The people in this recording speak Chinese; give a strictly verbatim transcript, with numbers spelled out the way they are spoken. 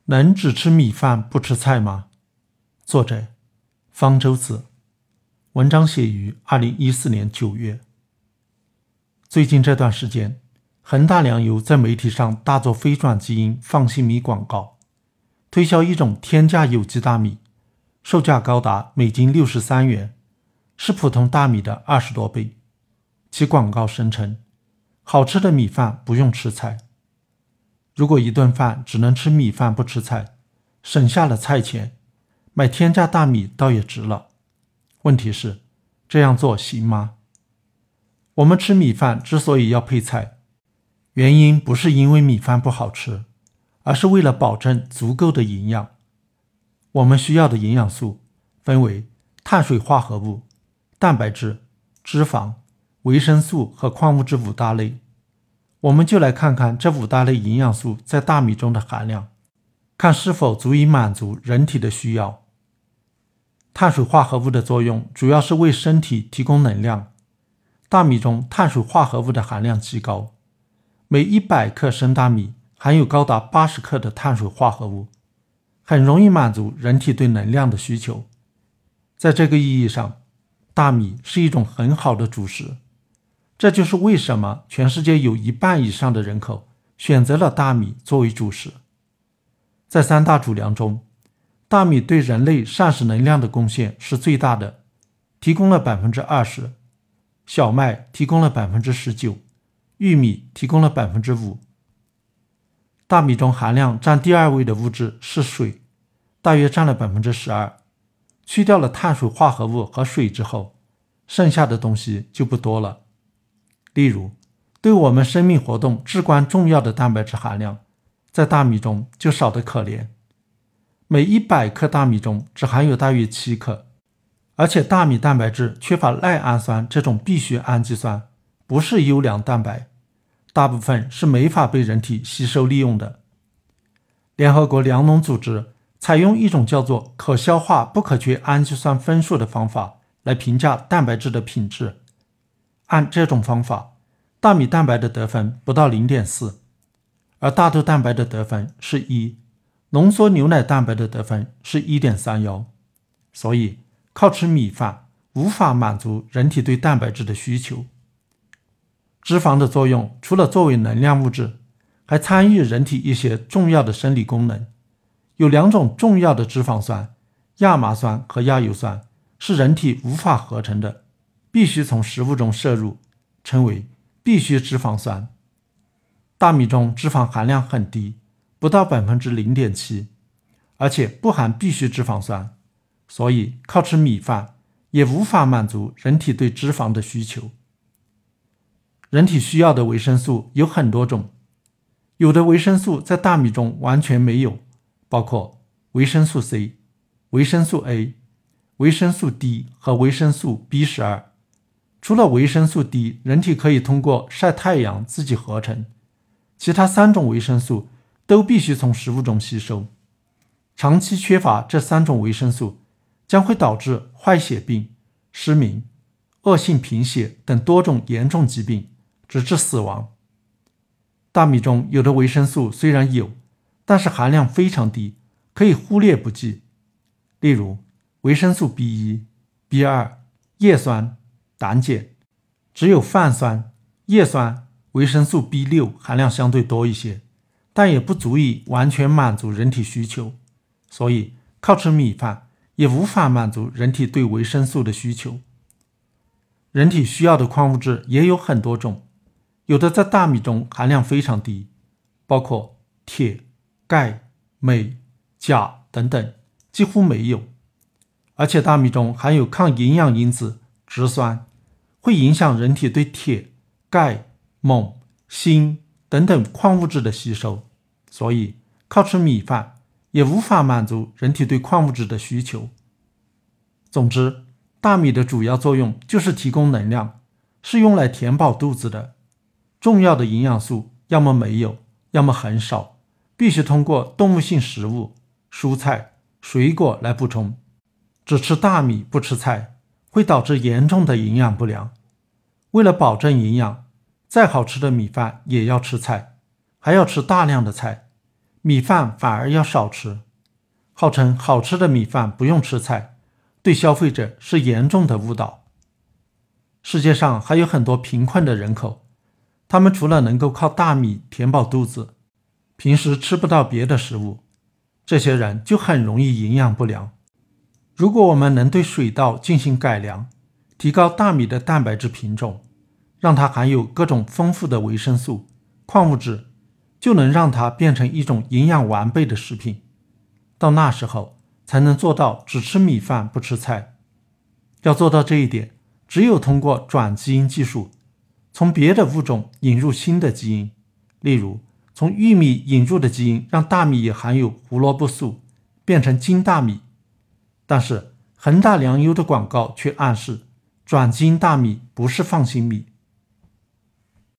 能只吃米饭不吃菜吗？作者方舟子，文章写于二零一四年九月。最近这段时间，恒大粮油在媒体上大做非转基因放心米广告，推销一种天价有机大米，售价高达每斤六十三元，是普通大米的二十多倍。其广告声称，好吃的米饭不用吃菜。如果一顿饭只能吃米饭不吃菜，省下了菜钱，买天价大米倒也值了。问题是，这样做行吗？我们吃米饭之所以要配菜，原因不是因为米饭不好吃，而是为了保证足够的营养。我们需要的营养素分为碳水化合物、蛋白质、脂肪、维生素和矿物质五大类。我们就来看看这五大类营养素在大米中的含量，看是否足以满足人体的需要。碳水化合物的作用主要是为身体提供能量。大米中碳水化合物的含量极高，每一百克生大米含有高达八十克的碳水化合物，很容易满足人体对能量的需求。在这个意义上，大米是一种很好的主食。这就是为什么全世界有一半以上的人口选择了大米作为主食。在三大主粮中，大米对人类膳食能量的贡献是最大的，提供了 百分之二十， 小麦提供了 百分之十九， 玉米提供了 百分之五。 大米中含量占第二位的物质是水，大约占了 百分之十二。 去掉了碳水化合物和水之后，剩下的东西就不多了。例如，对我们生命活动至关重要的蛋白质含量，在大米中就少得可怜。每一百克大米中只含有大约七克，而且大米蛋白质缺乏赖氨酸这种必需氨基酸，不是优良蛋白，大部分是没法被人体吸收利用的。联合国粮农组织采用一种叫做可消化不可缺氨基酸分数的方法来评价蛋白质的品质。按这种方法，大米蛋白的得分不到 零点四， 而大豆蛋白的得分是一，浓缩牛奶蛋白的得分是 一点三一。 所以靠吃米饭无法满足人体对蛋白质的需求。脂肪的作用除了作为能量物质，还参与人体一些重要的生理功能。有两种重要的脂肪酸，亚麻酸和亚油酸，是人体无法合成的，必须从食物中摄入，称为必需脂肪酸。大米中脂肪含量很低，不到 百分之零点七， 而且不含必需脂肪酸，所以靠吃米饭也无法满足人体对脂肪的需求。人体需要的维生素有很多种，有的维生素在大米中完全没有，包括维生素 C、 维生素 A、 维生素 D 和维生素 B 十二。除了维生素 D， 人体可以通过晒太阳自己合成，其他三种维生素都必须从食物中吸收。长期缺乏这三种维生素，将会导致坏血病、失明、恶性贫血等多种严重疾病，直至死亡。大米中有的维生素虽然有，但是含量非常低，可以忽略不计。例如维生素 B 一、B 二、叶酸、胆碱。只有泛酸、叶酸、维生素 B 六 含量相对多一些，但也不足以完全满足人体需求，所以靠吃米饭也无法满足人体对维生素的需求。人体需要的矿物质也有很多种，有的在大米中含量非常低，包括铁、钙、镁、钾等等，几乎没有。而且大米中含有抗营养因子植酸，会影响人体对铁、钙、锰、锌等等矿物质的吸收，所以靠吃米饭也无法满足人体对矿物质的需求。总之，大米的主要作用就是提供能量，是用来填饱肚子的。重要的营养素要么没有，要么很少，必须通过动物性食物、蔬菜、水果来补充。只吃大米不吃菜，会导致严重的营养不良。为了保证营养，再好吃的米饭也要吃菜，还要吃大量的菜， 米饭反而要少吃，号称好吃的米饭不用吃菜，对消费者是严重的误导。世界上还有很多贫困的人口，他们除了能够靠大米填饱肚子，平时吃不到别的食物，这些人就很容易营养不良。如果我们能对水稻进行改良，提高大米的蛋白质品种，让它含有各种丰富的维生素、矿物质，就能让它变成一种营养完备的食品。到那时候才能做到只吃米饭不吃菜。要做到这一点，只有通过转基因技术，从别的物种引入新的基因，例如从玉米引入的基因让大米也含有胡萝卜素，变成金大米。但是恒大粮油的广告却暗示转基因大米不是放心米，